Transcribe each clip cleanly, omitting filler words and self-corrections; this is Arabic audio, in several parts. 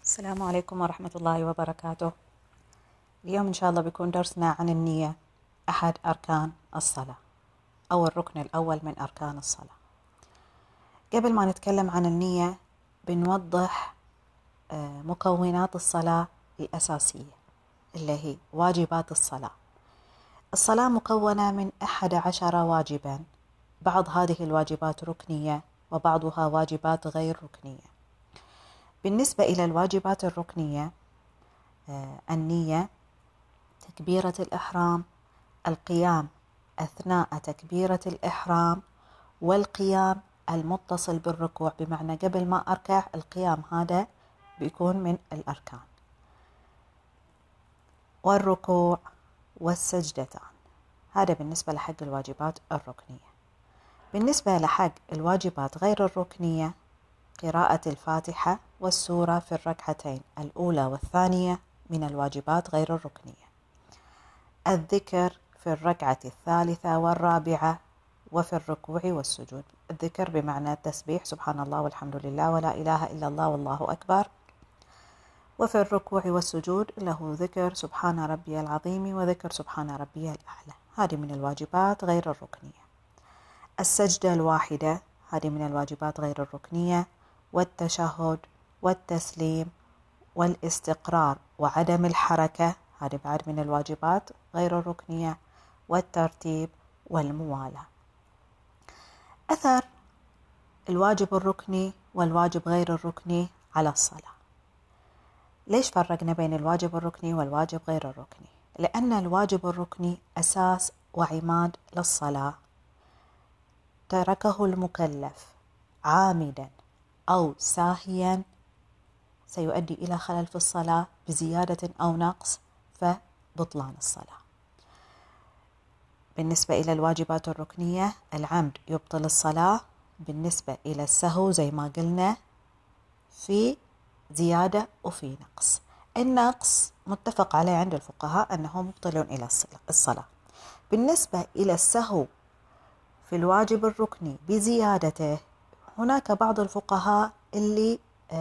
السلام عليكم ورحمة الله وبركاته. اليوم إن شاء الله بيكون درسنا عن النية، أحد أركان الصلاة أو الركن الأول من أركان الصلاة. قبل ما نتكلم عن النية بنوضح مكونات الصلاة الأساسية اللي هي واجبات الصلاة. الصلاة مكونة من 11 واجبا، بعض هذه الواجبات ركنية وبعضها واجبات غير ركنية. بالنسبة إلى الواجبات الركنية، النية، تكبيرة الإحرام، القيام أثناء تكبيرة الإحرام، والقيام المتصل بالركوع، بمعنى قبل ما أركع القيام هذا بيكون من الأركان، والركوع والسجدتان. هذا بالنسبة لحق الواجبات الركنية. بالنسبة لحق الواجبات غير الركنية، قراءة الفاتحة والسورة في الركعتين الأولى والثانية من الواجبات غير الركنية. الذكر في الركعة الثالثة والرابعة وفي الركوع والسجود. الذكر بمعنى التسبيح، سبحان الله والحمد لله ولا إله إلا الله والله أكبر. وفي الركوع والسجود له ذكر سبحان ربي العظيم وذكر سبحان ربي الأعلى. هذه من الواجبات غير الركنية. السجدة الواحدة هذه من الواجبات غير الركنية، والتشهد والتسليم والاستقرار وعدم الحركة هذه بعد من الواجبات غير الركنية، والترتيب والموالاة. أثر الواجب الركني والواجب غير الركني على الصلاة. ليش فرقنا بين الواجب الركني والواجب غير الركني؟ لأن الواجب الركني أساس وعماد للصلاة، تركه المكلف عامدا أو ساهيا سيؤدي إلى خلل في الصلاة بزيادة أو نقص، فبطلان الصلاة. بالنسبة إلى الواجبات الركنية، العمد يبطل الصلاة. بالنسبة إلى السهو زي ما قلنا في زيادة وفي نقص. النقص متفق عليه عند الفقهاء أنه مبطل إلى الصلاة. بالنسبة إلى السهو في الواجب الركني بزيادته، هناك بعض الفقهاء اللي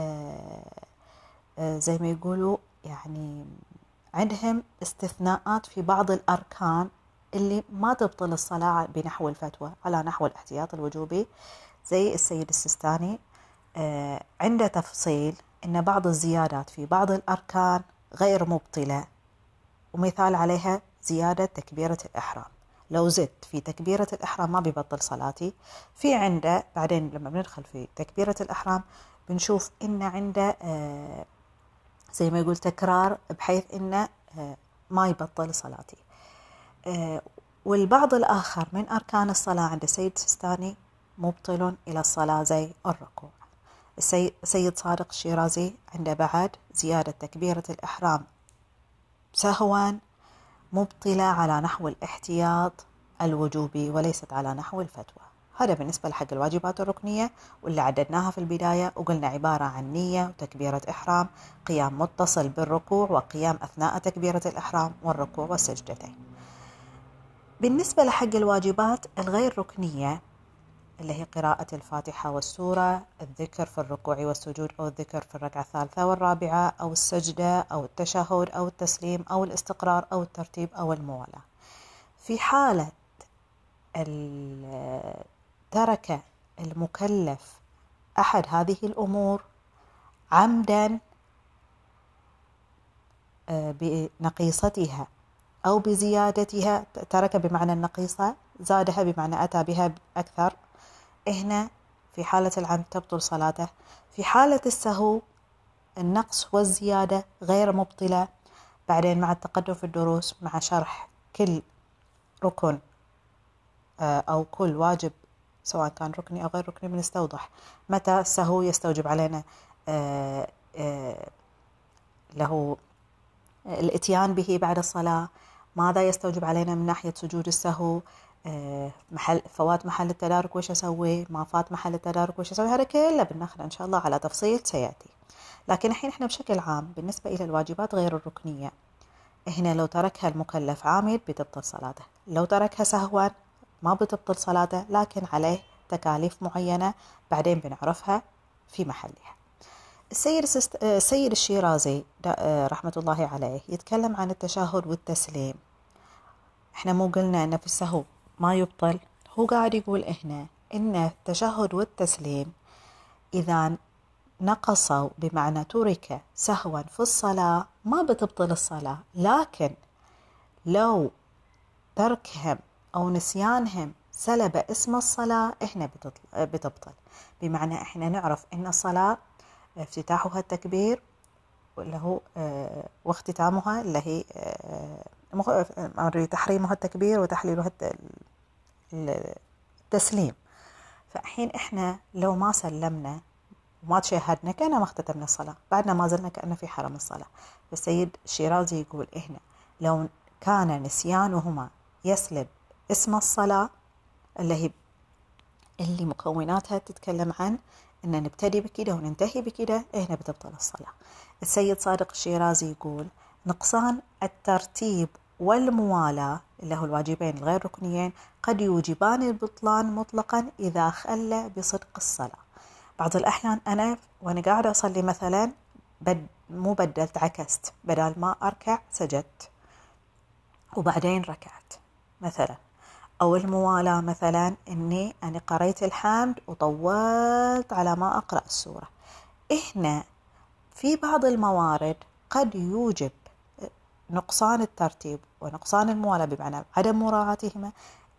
زي ما يقولوا يعني عندهم استثناءات في بعض الأركان اللي ما تبطل الصلاة بنحو الفتوى على نحو الاحتياط الوجوبي. زي السيد السيستاني عنده تفصيل أن بعض الزيادات في بعض الأركان غير مبطلة، ومثال عليها زيادة تكبيرة الإحرام. لو زدت في تكبيرة الإحرام ما بيبطل صلاتي. في عنده بعدين لما بندخل في تكبيرة الإحرام بنشوف إن عنده زي ما يقول تكرار، بحيث إنه ما يبطل صلاتي. والبعض الآخر من أركان الصلاة عند السيد السيستاني مبطل إلى الصلاة زي الركوع. السيد صادق الشيرازي عنده بعد زيادة تكبيرة الإحرام سهوا مبطلة على نحو الاحتياط الوجوبي وليست على نحو الفتوى. هذا بالنسبة لحق الواجبات الركنية، واللي عددناها في البداية وقلنا عبارة عن نية وتكبيرة إحرام، قيام متصل بالركوع وقيام أثناء تكبيرة الإحرام، والركوع والسجدتين. بالنسبة لحق الواجبات الغير ركنية اللي هي قراءة الفاتحة والسورة، الذكر في الركوع والسجود أو الذكر في الركعة الثالثة والرابعة، أو السجدة أو التشهد أو التسليم أو الاستقرار أو الترتيب أو الموالاة. في حالة ترك المكلف أحد هذه الأمور عمدا بنقيصتها أو بزيادتها، ترك بمعنى النقيصة، زادها بمعنى أتى بها أكثر، هنا في حالة العمد تبطل صلاته. في حالة السهو النقص والزيادة غير مبطلة. بعدين مع التقدم في الدروس مع شرح كل ركن أو كل واجب سواء كان ركني أو غير ركني بنستوضح متى السهو يستوجب علينا له الاتيان به بعد الصلاة، ماذا يستوجب علينا من ناحية سجود السهو، فوات محل التدارك وش أسوي، ما فات محل التدارك وش أسوي. هذا كله بناخذ إن شاء الله على تفصيل سيأتي. لكن الحين إحنا بشكل عام بالنسبة إلى الواجبات غير الركنية، هنا لو تركها المكلف عامد بتبطل صلاته، لو تركها سهوا ما بتبطل صلاته، لكن عليه تكاليف معينة بعدين بنعرفها في محلها. السيد الشيرازي رحمة الله عليه يتكلم عن التشهد والتسليم. احنا مو قلنا أن في السهو ما يبطل؟ هو قاعد يقول هنا إن التشهد والتسليم إذا نقصوا بمعنى ترك سهوا في الصلاة ما بتبطل الصلاة، لكن لو تركهم أو نسيانهم سلب اسم الصلاة هنا بتبطل. بمعنى احنا نعرف إن الصلاة افتتاحها التكبير اللي هو واختتامها اللي هي تحريمها التكبير وتحليلها التسليم. فحين احنا لو ما سلمنا وما تشهدنا كأننا ما اختتمنا الصلاة، بعدنا ما زلنا كأننا في حرم الصلاة. فالسيد الشيرازي يقول هنا لو كان نسيانهما يسلب اسم الصلاة اللي مكوناتها تتكلم عن أن نبتدي بكده وننتهي بكده، هنا بتبطل الصلاة. السيد صادق الشيرازي يقول نقصان الترتيب والموالاة اللي هو الواجبين الغير ركنيين قد يوجبان البطلان مطلقا إذا خل بصدق الصلاة. بعض الأحيان أنا وأنا قاعدة أصلي مثلا مو بدلت، عكست، بدل ما أركع سجدت وبعدين ركعت مثلا. أو الموالاة مثلا إني أنا قريت الحمد وطولت على ما أقرأ السورة. إحنا في بعض الموارد قد يوجب نقصان الترتيب ونقصان الموالاة بمعنى عدم مراعاتهما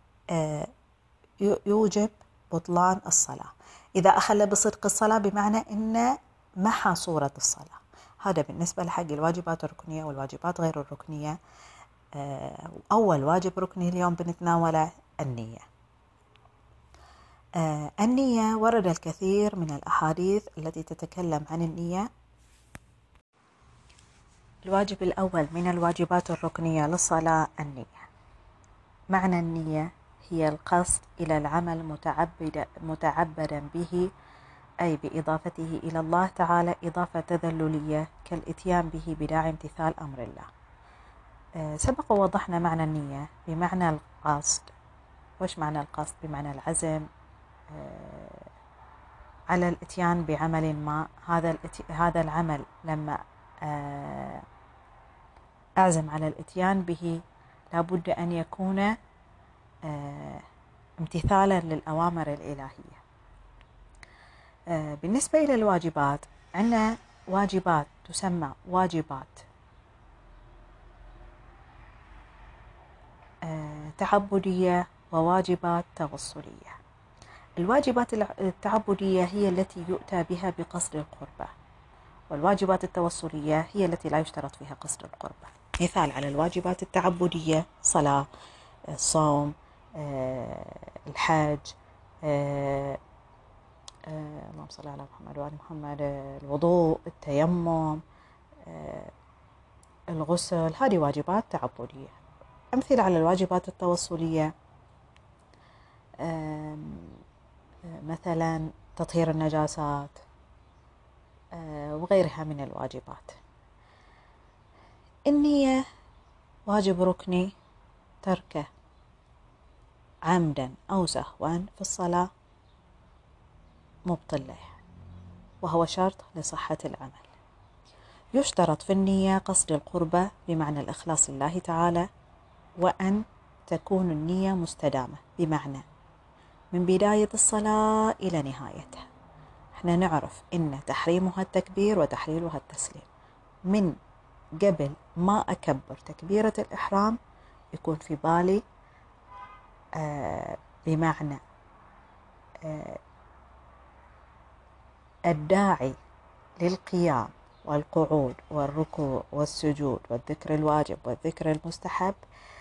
يوجب بطلان الصلاة إذا أخل بصدق الصلاة، بمعنى إن محى صورة الصلاة. هذا بالنسبة لحق الواجبات الركنية والواجبات غير الركنية. أول واجب ركني اليوم بنتناوله النية. النية ورد الكثير من الأحاديث التي تتكلم عن النية. الواجب الأول من الواجبات الركنية للصلاة النية. معنى النية هي القصد إلى العمل متعبدا به، أي بإضافته إلى الله تعالى إضافة تذللية كالإتيان به بداعي امتثال أمر الله. سبق ووضحنا معنى النية بمعنى القصد. وش معنى القصد؟ بمعنى العزم على الاتيان بعمل ما. هذا العمل لما أعزم على الاتيان به لابد أن يكون امتثالا للأوامر الإلهية. بالنسبة إلى الواجبات عندنا واجبات تسمى واجبات تعبدية وواجبات توصلية. الواجبات التعبدية هي التي يؤتى بها بقصد القربة، والواجبات التوصلية هي التي لا يشترط فيها قصد القربة. مثال على الواجبات التعبدية: صلاة، الصوم، الحج، اللهم صل على محمد وآل محمد، الوضوء، التيمم، الغسل. هذه واجبات تعبدية. أمثلة على الواجبات التوصلية: مثلا تطهير النجاسات وغيرها من الواجبات. النية واجب ركني تركه عمدا أو سهوا في الصلاة مبطل له، وهو شرط لصحة العمل. يشترط في النية قصد القربة بمعنى الإخلاص لله تعالى، وأن تكون النية مستدامة بمعنى من بداية الصلاة إلى نهايتها. احنا نعرف إن تحريمها التكبير وتحليلها التسليم. من قبل ما أكبر تكبيرة الإحرام يكون في بالي بمعنى الداعي للقيام والقعود والركوع والسجود والذكر الواجب والذكر المستحب،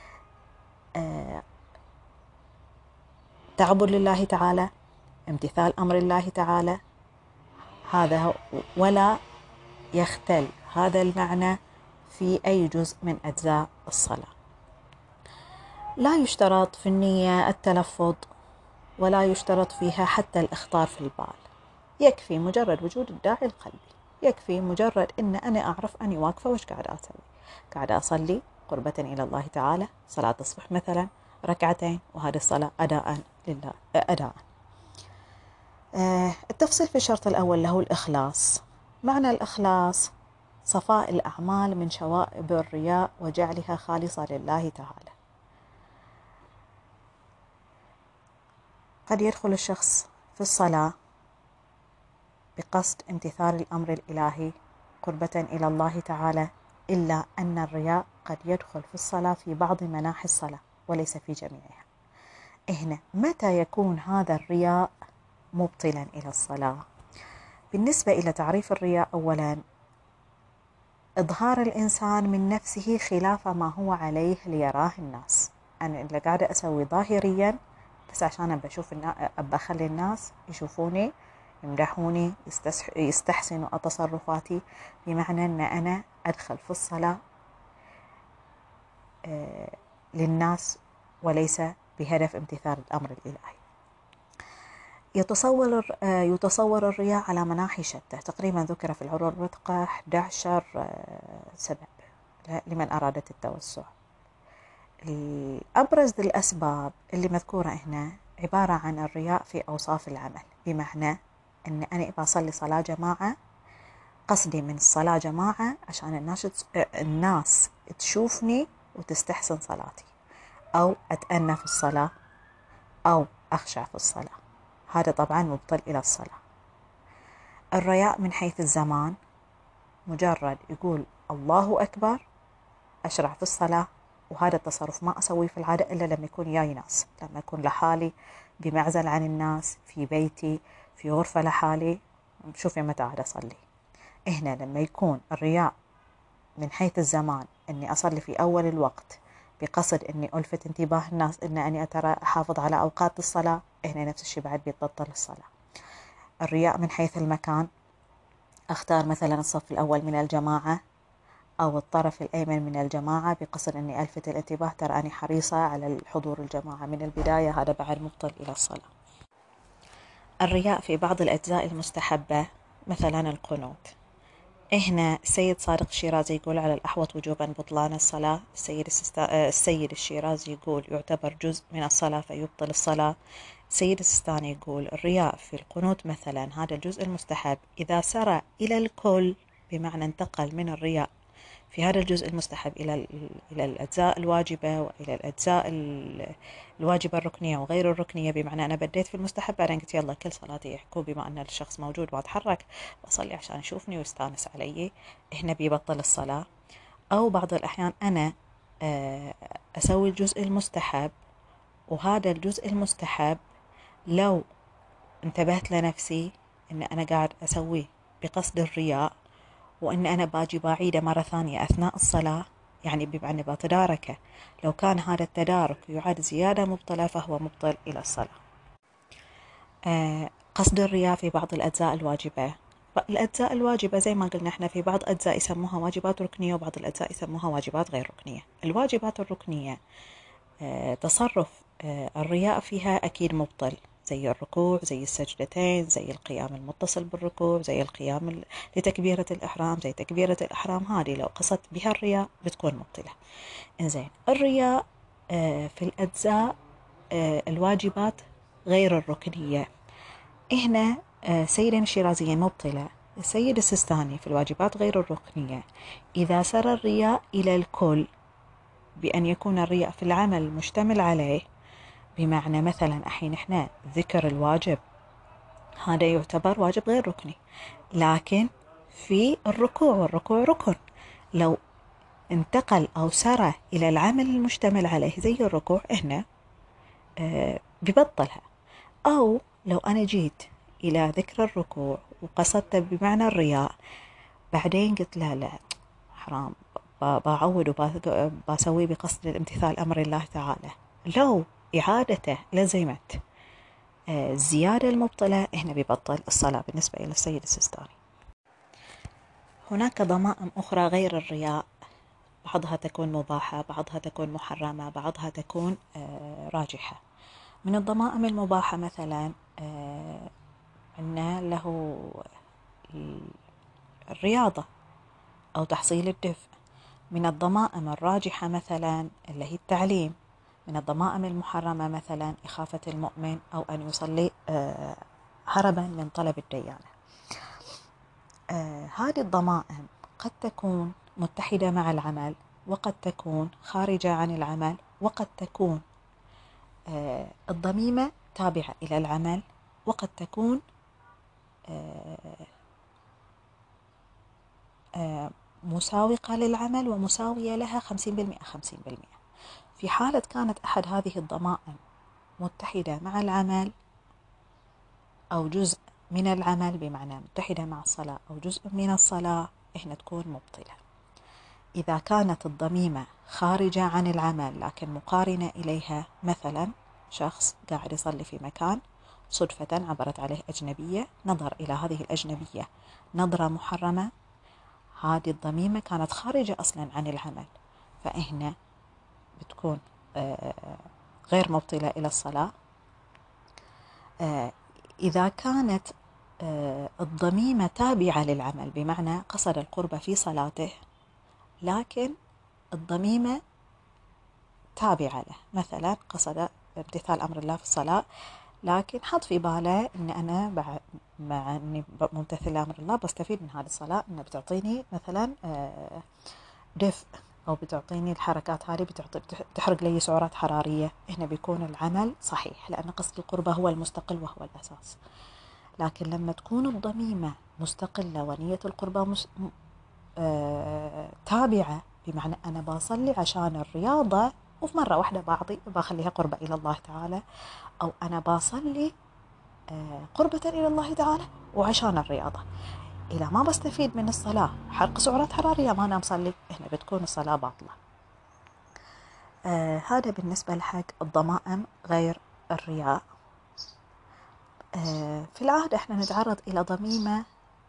تعبد لله تعالى، امتثال أمر الله تعالى. هذا ولا يختل هذا المعنى في أي جزء من أجزاء الصلاة. لا يشترط في النية التلفظ، ولا يشترط فيها حتى الإخطار في البال. يكفي مجرد وجود الداعي القلبي، يكفي مجرد إن أنا أعرف أني واقفة وش قاعدة أسوي. قاعدة أصلي قربة إلى الله تعالى، صلاة الصبح مثلا ركعتين، وهذه الصلاة أداء لله أداء. التفصيل في الشرط الأول له الإخلاص. معنى الإخلاص صفاء الأعمال من شوائب الرياء وجعلها خالصة لله تعالى. قد يدخل الشخص في الصلاة بقصد امتثال الأمر الإلهي قربة إلى الله تعالى، إلا أن الرياء قد يدخل في الصلاة في بعض مناحي الصلاة وليس في جميعها. هنا متى يكون هذا الرياء مبطلا إلى الصلاة؟ بالنسبة إلى تعريف الرياء، أولا إظهار الإنسان من نفسه خلاف ما هو عليه ليراه الناس. أنا اللي قاعدة أسوي ظاهريا بس عشان أخلي الناس يشوفوني، يمدحوني، يستحسنوا تصرفاتي، بمعنى أن أنا أدخل في الصلاة للناس وليس بهدف امتثال الأمر الإلهي. يتصور الرياء على مناحي شتى، تقريبا ذكر في العروة الوثقى 11 سبب لمن أرادت التوسع. أبرز الأسباب اللي مذكورة هنا عبارة عن الرياء في أوصاف العمل، بمعنى أن أنا بصلي صلاة جماعة، قصدي من الصلاة جماعة عشان الناس تشوفني وتستحسن صلاتي، أو أتأنى في الصلاة، أو أخشع في الصلاة، هذا طبعا مبطل إلى الصلاة. الرياء من حيث الزمان، مجرد يقول الله أكبر أشرع في الصلاة، وهذا التصرف ما أسويه في العادة إلا لما يكون ياي ناس، لما أكون لحالي بمعزل عن الناس في بيتي في غرفة لحالي، شوفي متى عاد أصلي. هنا لما يكون الرياء من حيث الزمان أني أصلي في أول الوقت بقصد أني ألفت انتباه الناس أني أترى أحافظ على أوقات الصلاة، هنا نفس الشيء بعد بيتبطل الصلاة. الرياء من حيث المكان، أختار مثلا الصف الأول من الجماعة أو الطرف الأيمن من الجماعة بقصد أني ألفت الانتباه، ترى أني حريصة على الحضور الجماعة من البداية، هذا بعد مبطل إلى الصلاة. الرياء في بعض الأجزاء المستحبة، مثلا القنوت، هنا السيد صادق الشيرازي يقول على الأحوط وجوبا بطلان الصلاة. السيد الشيرازي يقول يعتبر جزء من الصلاة فيبطل الصلاة. السيد السيستاني يقول الرياء في القنوت مثلا هذا الجزء المستحب إذا سرى إلى الكل، بمعنى انتقل من الرياء في هذا الجزء المستحب إلى الأجزاء الواجبة وإلى الأجزاء الواجبة الركنية وغير الركنية، بمعنى أنا بديت في المستحب بعدين قلت يلا كل صلاتي يحكوا بما أن الشخص موجود وأتحرك وأصلي عشان يشوفني ويستانس علي، هنا بيبطل الصلاة. أو بعض الأحيان أنا أسوي الجزء المستحب، وهذا الجزء المستحب لو انتبهت لنفسي أن أنا قاعد أسويه بقصد الرياء، وأن أنا باجي بعيدة مرة ثانية أثناء الصلاة، يعني بمعنى بتداركه، لو كان هذا التدارك يعد زيادة مبطلة فهو مبطل إلى الصلاة. قصد الرياء في بعض الأجزاء الواجبة، الأجزاء الواجبة زي ما قلنا احنا في بعض أجزاء يسموها واجبات ركنية وبعض الأجزاء يسموها واجبات غير ركنية. الواجبات الركنية تصرف الرياء فيها أكيد مبطل، زي الركوع، زي السجدتين، زي القيام المتصل بالركوع، زي القيام لتكبيرة الإحرام، زي تكبيرة الإحرام، هذه لو قصدت بها الرياء بتكون مبطلة. إنزين، الرياء في الأجزاء الواجبات غير الركنية، هنا سيدنا الشيرازي مبطلة. السيد السيستاني في الواجبات غير الركنية إذا سر الرياء إلى الكل بأن يكون الرياء في العمل مشتمل عليه، بمعنى مثلا الحين احنا ذكر الواجب هذا يعتبر واجب غير ركني، لكن في الركوع، والركوع ركن، لو انتقل أو سرى إلى العمل المشتمل عليه زي الركوع هنا ببطلها. أو لو أنا جيت إلى ذكر الركوع وقصدت بمعنى الرياء، بعدين قلت لا حرام بعود وبسوي بقصد الامتثال أمر الله تعالى، لو إعادته لزمت الزيادة المبطلة هنا ببطل الصلاة بالنسبة إلى السيد السيستاني. هناك ضمائم أخرى غير الرياء، بعضها تكون مباحة، بعضها تكون محرمة، بعضها تكون راجحة. من الضمائم المباحة مثلا أن له الرياضة أو تحصيل الدفء. من الضمائم الراجحة مثلا اللي هي التعليم. من الضمائم المحرمة مثلا إخافة المؤمن أو أن يصلي هربا من طلب الديانة. هذه الضمائم قد تكون متحدة مع العمل، وقد تكون خارجة عن العمل، وقد تكون الضميمة تابعة إلى العمل، وقد تكون مساوقة للعمل ومساوية لها 50% 50%. في حالة كانت أحد هذه الضمائم متحدة مع العمل أو جزء من العمل، بمعنى متحدة مع الصلاة أو جزء من الصلاة، هنا تكون مبطلة. إذا كانت الضميمة خارجة عن العمل لكن مقارنة إليها، مثلا شخص قاعد يصلي في مكان، صدفة عبرت عليه أجنبية، نظر إلى هذه الأجنبية نظرة محرمة، هذه الضميمة كانت خارجة أصلا عن العمل، فهنا بتكون غير مبطلة إلى الصلاة. إذا كانت الضميمة تابعة للعمل، بمعنى قصد القرب في صلاته لكن الضميمة تابعة له، مثلا قصد امتثال أمر الله في الصلاة لكن حط في باله أن أنا مع أني ممتثل أمر الله بستفيد من هذه الصلاة، أنها بتعطيني مثلا دفء، أو بتعطيني الحركات هذه بتحرق لي سعرات حرارية، هنا بيكون العمل صحيح لأن قصد القربة هو المستقل وهو الأساس. لكن لما تكون الضميمة مستقلة ونية القربة تابعة، بمعنى أنا بصلي عشان الرياضة وفي مرة واحدة بخليها قربة إلى الله تعالى، أو أنا بصلي قربة إلى الله تعالى وعشان الرياضة، إذا ما بستفيد من الصلاة حرق سعرات حرارية ما أنا مصلي، هنا بتكون الصلاة باطلة. هذا بالنسبة لحق الضمائم غير الرياء. في العادة احنا نتعرض إلى ضميمة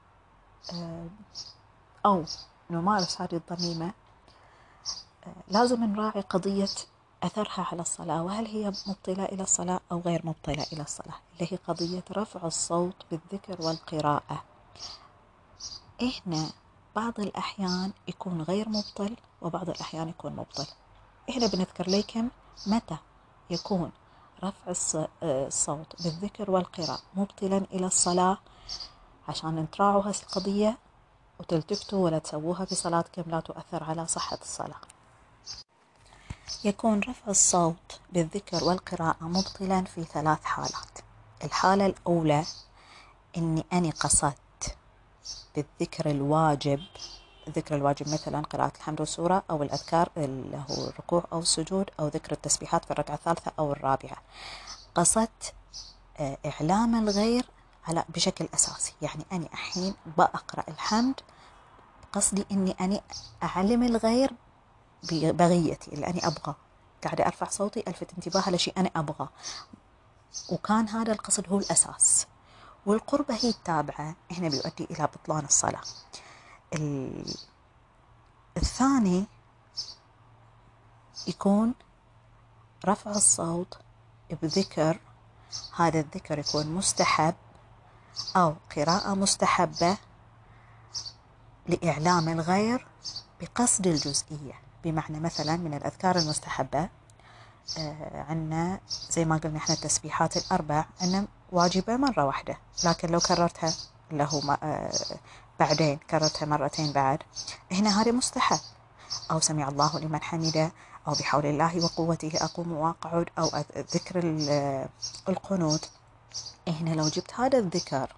أو نمارس هذه الضميمة، لازم نراعي قضية أثرها على الصلاة، وهل هي مبطلة إلى الصلاة أو غير مبطلة إلى الصلاة، اللي هي قضية رفع الصوت بالذكر والقراءة. إحنا بعض الأحيان يكون غير مبطل وبعض الأحيان يكون مبطل. إحنا بنذكر لكم متى يكون رفع الصوت بالذكر والقراءة مبطلا إلى الصلاة، عشان تراعوا هذه القضية وتلتفتوا ولا تسووها في صلاتكم لا تؤثر على صحة الصلاة. يكون رفع الصوت بالذكر والقراءة مبطلا في 3 حالات. الحالة الأولى إني أنا قصدت بالذكر الواجب، الذكر الواجب مثلا قراءة الحمد والسورة أو الأذكار اللي هو الركوع أو السجود أو ذكر التسبيحات في الركعة الثالثة أو الرابعة، قصدت إعلام الغير على بشكل أساسي، يعني أنا الحين بأقرأ الحمد قصدي إني أنا أعلم الغير بغيتي اللي أنا أبغى، قاعدة أرفع صوتي ألفت انتباه لشيء أنا أبغى، وكان هذا القصد هو الأساس، والقربة هي التابعة، هنا بيؤدي إلى بطلان الصلاة. الثاني يكون رفع الصوت بذكر، هذا الذكر يكون مستحب أو قراءة مستحبة لإعلام الغير بقصد الجزئية، بمعنى مثلا من الأذكار المستحبة عنا زي ما قلنا احنا التسبيحات الأربع عنا واجبة مرة واحدة، لكن لو كررتها له بعدين كررتها مرتين بعد، هنا هذا مستحب، أو سمع الله لمن حمده، أو بحول الله وقوته أقوم وأقعد، أو ذكر القنوت. هنا لو جبت هذا الذكر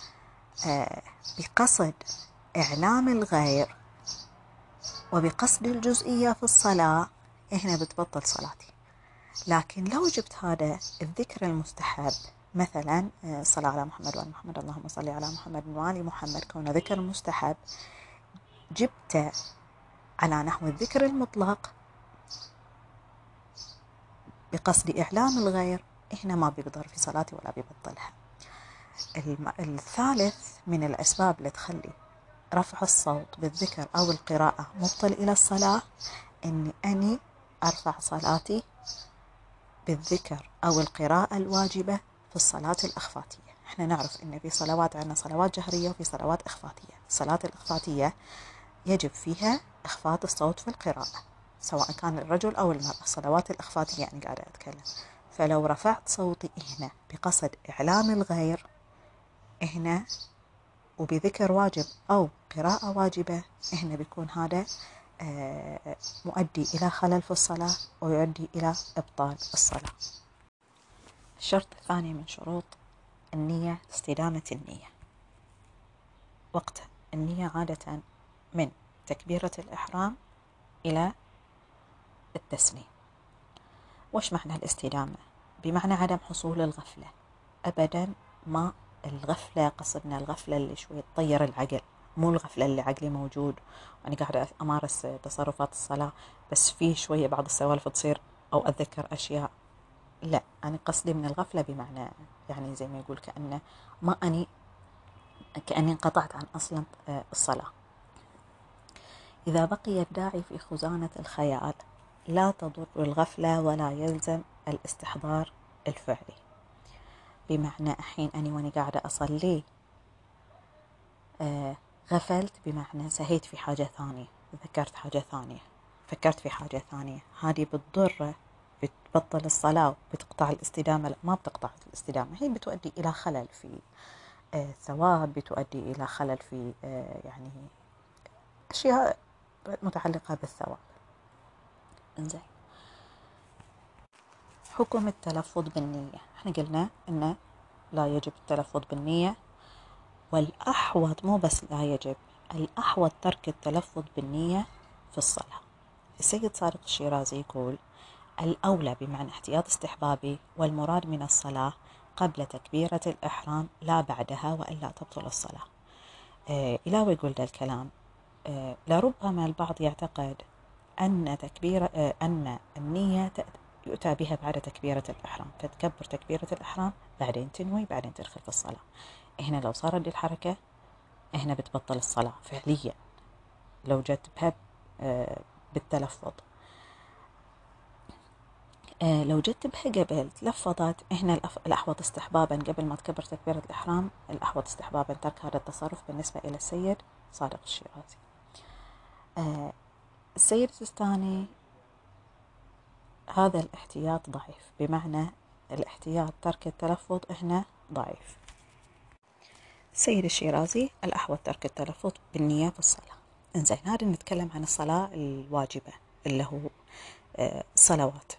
بقصد إعلام الغير وبقصد الجزئية في الصلاة، هنا بتبطل صلاتي. لكن لو جبت هذا الذكر المستحب، مثلا الصلاة على محمد وآل محمد، اللهم صل على محمد وآل محمد، كونه ذكر مستحب، جبته على نحو الذكر المطلق بقصد إعلام الغير، هنا ما بيضر في صلاتي ولا بيبطلها. الثالث من الأسباب اللي تخلي رفع الصوت بالذكر أو القراءة مبطل إلى الصلاة، إني أني أرفع صلاتي بالذكر أو القراءة الواجبة في الصلاة الإخفاتية. احنا نعرف إن في صلوات عندنا صلوات جهرية وفي صلوات إخفاتية. الصلاة الإخفاتية يجب فيها إخفاء الصوت في القراءة، سواء كان الرجل أو المرأة. الصلوات الإخفاتية يعني قاعدة أتكلم، فلو رفعت صوتي هنا بقصد إعلام الغير هنا وبذكر واجب أو قراءة واجبة، هنا بيكون هذا مؤدي إلى خلل في الصلاة ويؤدي إلى إبطال الصلاة. الشرط الثاني من شروط النية استدامة النية. وقت النية عادة من تكبيرة الإحرام إلى التسليم. وش معنى الاستدامة؟ بمعنى عدم حصول الغفلة أبدا. ما الغفلة قصدنا الغفلة اللي شوي تطير العقل، مو الغفلة اللي عقلي موجود وأنا قاعدة أمارس تصرفات الصلاة بس في شوية بعض السوالف تصير أو أتذكر أشياء. لا، أنا قصدي من الغفلة بمعنى يعني زي ما يقول كأني انقطعت عن أصلا الصلاة. إذا بقي الداعي في خزانة الخيال لا تضر الغفلة ولا يلزم الاستحضار الفعلي. بمعنى الحين أني وأني قاعدة أصلي غفلت، بمعنى سهيت في حاجة ثانية، ذكرت حاجة ثانية، فكرت في حاجة ثانية، هذه بتضر، بتبطل الصلاة، بتقطع الاستدامة. لا، ما بتقطع الاستدامة، هي بتؤدي إلى خلل في ثواب، بتؤدي إلى خلل في يعني أشياء متعلقة بالثواب. انزين، حكم التلفظ بالنية. احنا قلنا إنه لا يجب التلفظ بالنية، والأحوط مو بس لا يجب، الأحوط ترك التلفظ بالنية في الصلاة. السيد صادق الشيرازي يقول: الأولى بمعنى احتياط استحبابي، والمراد من الصلاة قبل تكبيرة الإحرام لا بعدها، وإلا تبطل الصلاة. إلى ويقول ذا الكلام. لربما البعض يعتقد أن النية يؤتى بها بعد تكبيرة الإحرام، فتكبر تكبيرة الإحرام بعدين تنوي بعدين تدخل في الصلاة. هنا لو صارت دي الحركة هنا بتبطل الصلاة فعليا لو جت بها بالتلفظ. لو جت بها قبل تلفظت، هنا الأحوط استحبابا قبل ما تكبر تكبيرة الإحرام، الأحوط استحبابا ترك هذا التصرف بالنسبة إلى السيد صادق الشيرازي. السيد السيستاني هذا الاحتياط ضعيف، بمعنى الاحتياط ترك التلفظ هنا ضعيف. السيد الشيرازي الأحوط ترك التلفظ بالنية في الصلاة. انزين، هذا نتكلم عن الصلاة الواجبة اللي هو الصلوات.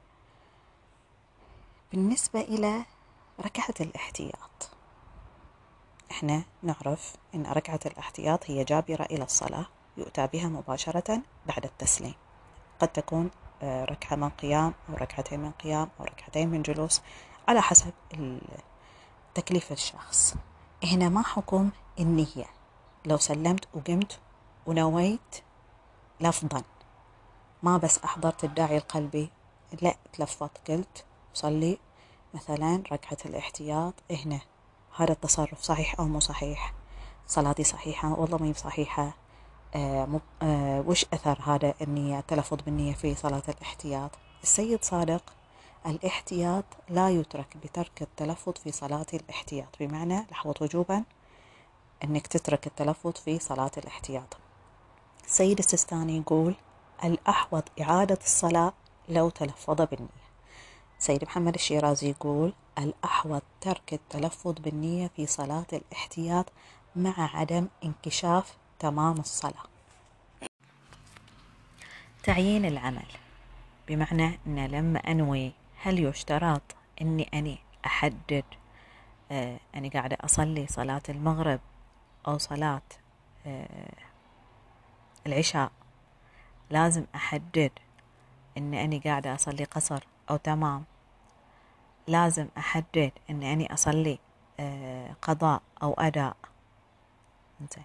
بالنسبة إلى ركعة الاحتياط، احنا نعرف ان ركعة الاحتياط هي جابرة إلى الصلاة، يؤتى بها مباشرة بعد التسليم. قد تكون ركعة من قيام أو ركعتين من قيام أو ركعتين من جلوس على حسب تكليف الشخص. هنا ما حكم النية؟ لو سلمت وقمت ونويت لفظا، ما بس أحضرت الداعي القلبي، لا تلفظت قلت صلي مثلا ركعة الاحتياط، هنا هذا التصرف صحيح أو مو صحيح؟ صلاتي صحيحة والله ما هي صحيحة؟ وش أثر هذا النية، التلفظ بالنية في صلاة الاحتياط؟ السيد صادق الاحتياط لا يترك بترك التلفظ في صلاة الاحتياط، بمعنى الأحوط وجوبا أنك تترك التلفظ في صلاة الاحتياط. السيد السيستاني يقول الأحوط إعادة الصلاة لو تلفظ بالنية. سيد محمد الشيرازي يقول الأحوط ترك التلفظ بالنية في صلاة الاحتياط مع عدم انكشاف تمام الصلاة. تعيين العمل، بمعنى أن لما أنوي هل يشترط أني أحدد أني قاعدة أصلي صلاة المغرب أو صلاة العشاء، لازم أحدد أني قاعدة أصلي قصر أو تمام، لازم أحدد أني أصلي قضاء أو أداء. انتهي.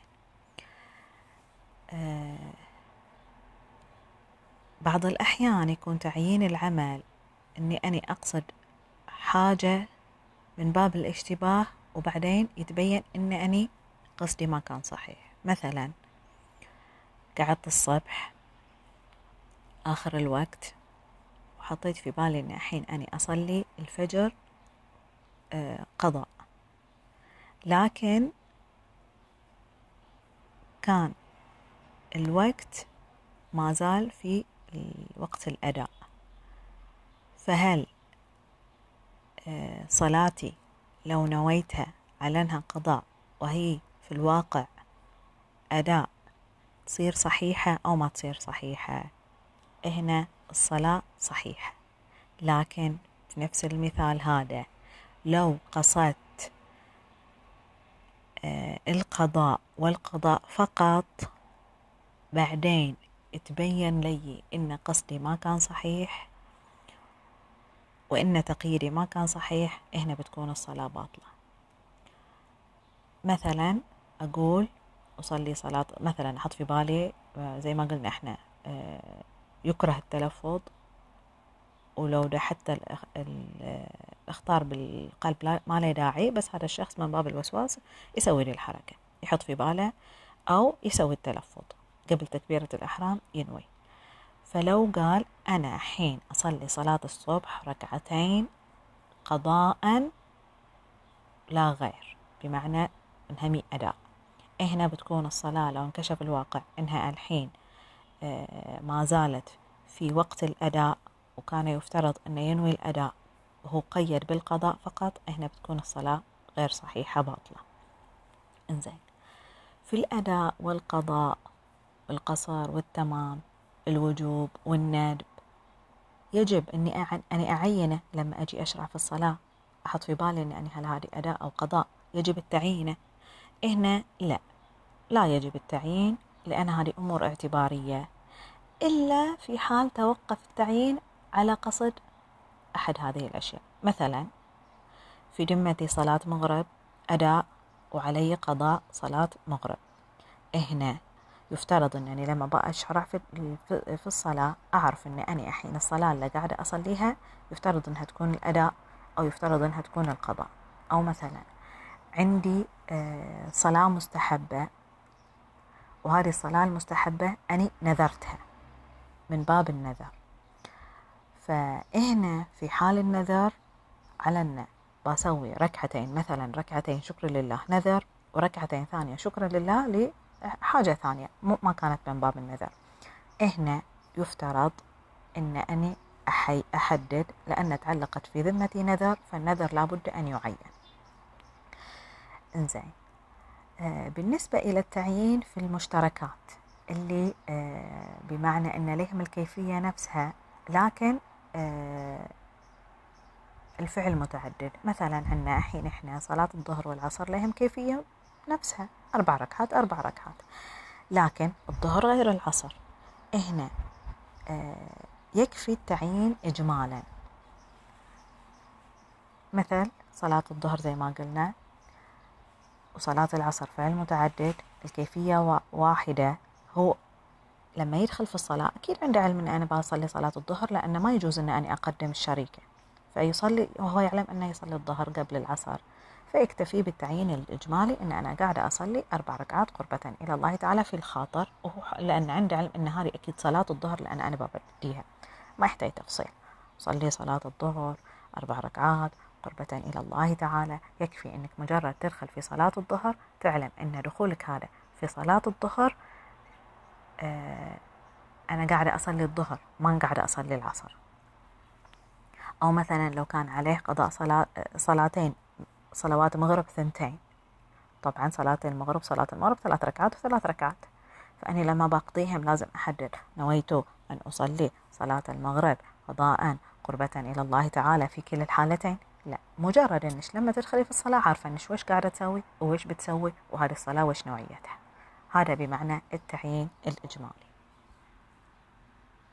بعض الأحيان يكون تعيين العمل أني أقصد حاجة من باب الاشتباه، وبعدين يتبين أني قصدي ما كان صحيح. مثلا قعدت الصبح آخر الوقت وحطيت في بالي أن الحين أني أصلي الفجر قضاء، لكن كان الوقت ما زال في وقت الأداء، فهل صلاتي لو نويتها على أنها قضاء وهي في الواقع أداء تصير صحيحة أو ما تصير صحيحة، هنا الصلاة صحيحة. لكن في نفس المثال هذا لو قصدت القضاء والقضاء فقط، بعدين تبين لي إن قصدي ما كان صحيح وإن تقييدي ما كان صحيح، هنا بتكون الصلاة باطلة. مثلا أقول أصلي صلاة، مثلا أحط في بالي زي ما قلنا إحنا يكره التلفظ، ولو ده حتى الاختار بالقلب ما له داعي، بس هذا الشخص من باب الوسواس يسوي لي الحركة، يحط في باله أو يسوي التلفظ قبل تكبيرة الإحرام ينوي. فلو قال أنا حين أصلي صلاة الصبح ركعتين قضاء لا غير، بمعنى إنها مي أداء، هنا بتكون الصلاة لو انكشف الواقع إنها الحين ما زالت في وقت الأداء وكان يفترض أن ينوي الأداء وهو قيد بالقضاء فقط، هنا بتكون الصلاة غير صحيحة باطلة. انزين، في الأداء والقضاء والقصر والتمام، الوجوب والندب، يجب أني أعينه لما أجي أشرع في الصلاة، أحط في بالي أن هل هذه أداء أو قضاء، يجب التعيينه. هنا لا يجب التعيين، لأن هذه أمور اعتبارية، إلا في حال توقف التعيين على قصد أحد هذه الأشياء. مثلا في ذمتي صلاة مغرب أداء وعلي قضاء صلاة مغرب، هنا يفترض أنني لما بقى أشرع في الصلاة أعرف أن أنا الحين الصلاة اللي قاعدة أصليها يفترض أنها تكون الأداء أو يفترض أنها تكون القضاء. أو مثلا عندي صلاة مستحبة، وهذه الصلاة المستحبة أنا نذرتها من باب النذر، فهنا في حال النذر على أن بسوي ركعتين، مثلا ركعتين شكر لله نذر، وركعتين ثانية شكر لله لحاجة ثانية ما كانت من باب النذر، هنا يفترض أن أنا أحدد، لأن تعلقت في ذمتي نذر، فالنذر لابد أن يعين. انزين، بالنسبة إلى التعيين في المشتركات اللي بمعنى أن لهم الكيفية نفسها لكن الفعل متعدد، مثلا عندنا الحين إحنا صلاة الظهر والعصر لهم كيفية نفسها 4 ركعات 4 ركعات، لكن الظهر غير العصر، هنا يكفي التعيين إجمالا. مثل صلاة الظهر زي ما قلنا وصلاة العصر فعل متعدد، الكيفية واحدة، هو لما يدخل في الصلاة أكيد عنده علم أن أنا بصلي صلاة الظهر، لأن ما يجوز أن أنا أقدم الشريكة، فيصلي وهو يعلم أنه يصلي الظهر قبل العصر، فيكتفي بالتعيين الإجمالي أن أنا قاعدة أصلي 4 ركعات قربة إلى الله تعالى في الخاطر، لأن عنده علم أن هذه أكيد صلاة الظهر لأن أنا ببديها، ما يحتاج تفصيل، صلي صلاة الظهر 4 ركعات قربة إلى الله تعالى، يكفي أنك مجرد تدخل في صلاة الظهر تعلم أن دخولك هذا في صلاة الظهر أنا قاعدة أصلي الظهر ما قاعدة أصلي العصر. أو مثلا لو كان عليه قضاء صلاتين، صلوات مغرب 2، طبعا صلاة المغرب 3 ركعات و3 ركعات، فأني لما بقضيهم لازم أحدد نويت أن أصلي صلاة المغرب قضاء قربة إلى الله تعالى في كل الحالتين، لا، مجرد أنش لما تدخلي في الصلاة عارفة أنش وش قاعدة تسوي ووش بتسوي وهذه الصلاة وش نوعيتها. هذا بمعنى التعيين الإجمالي.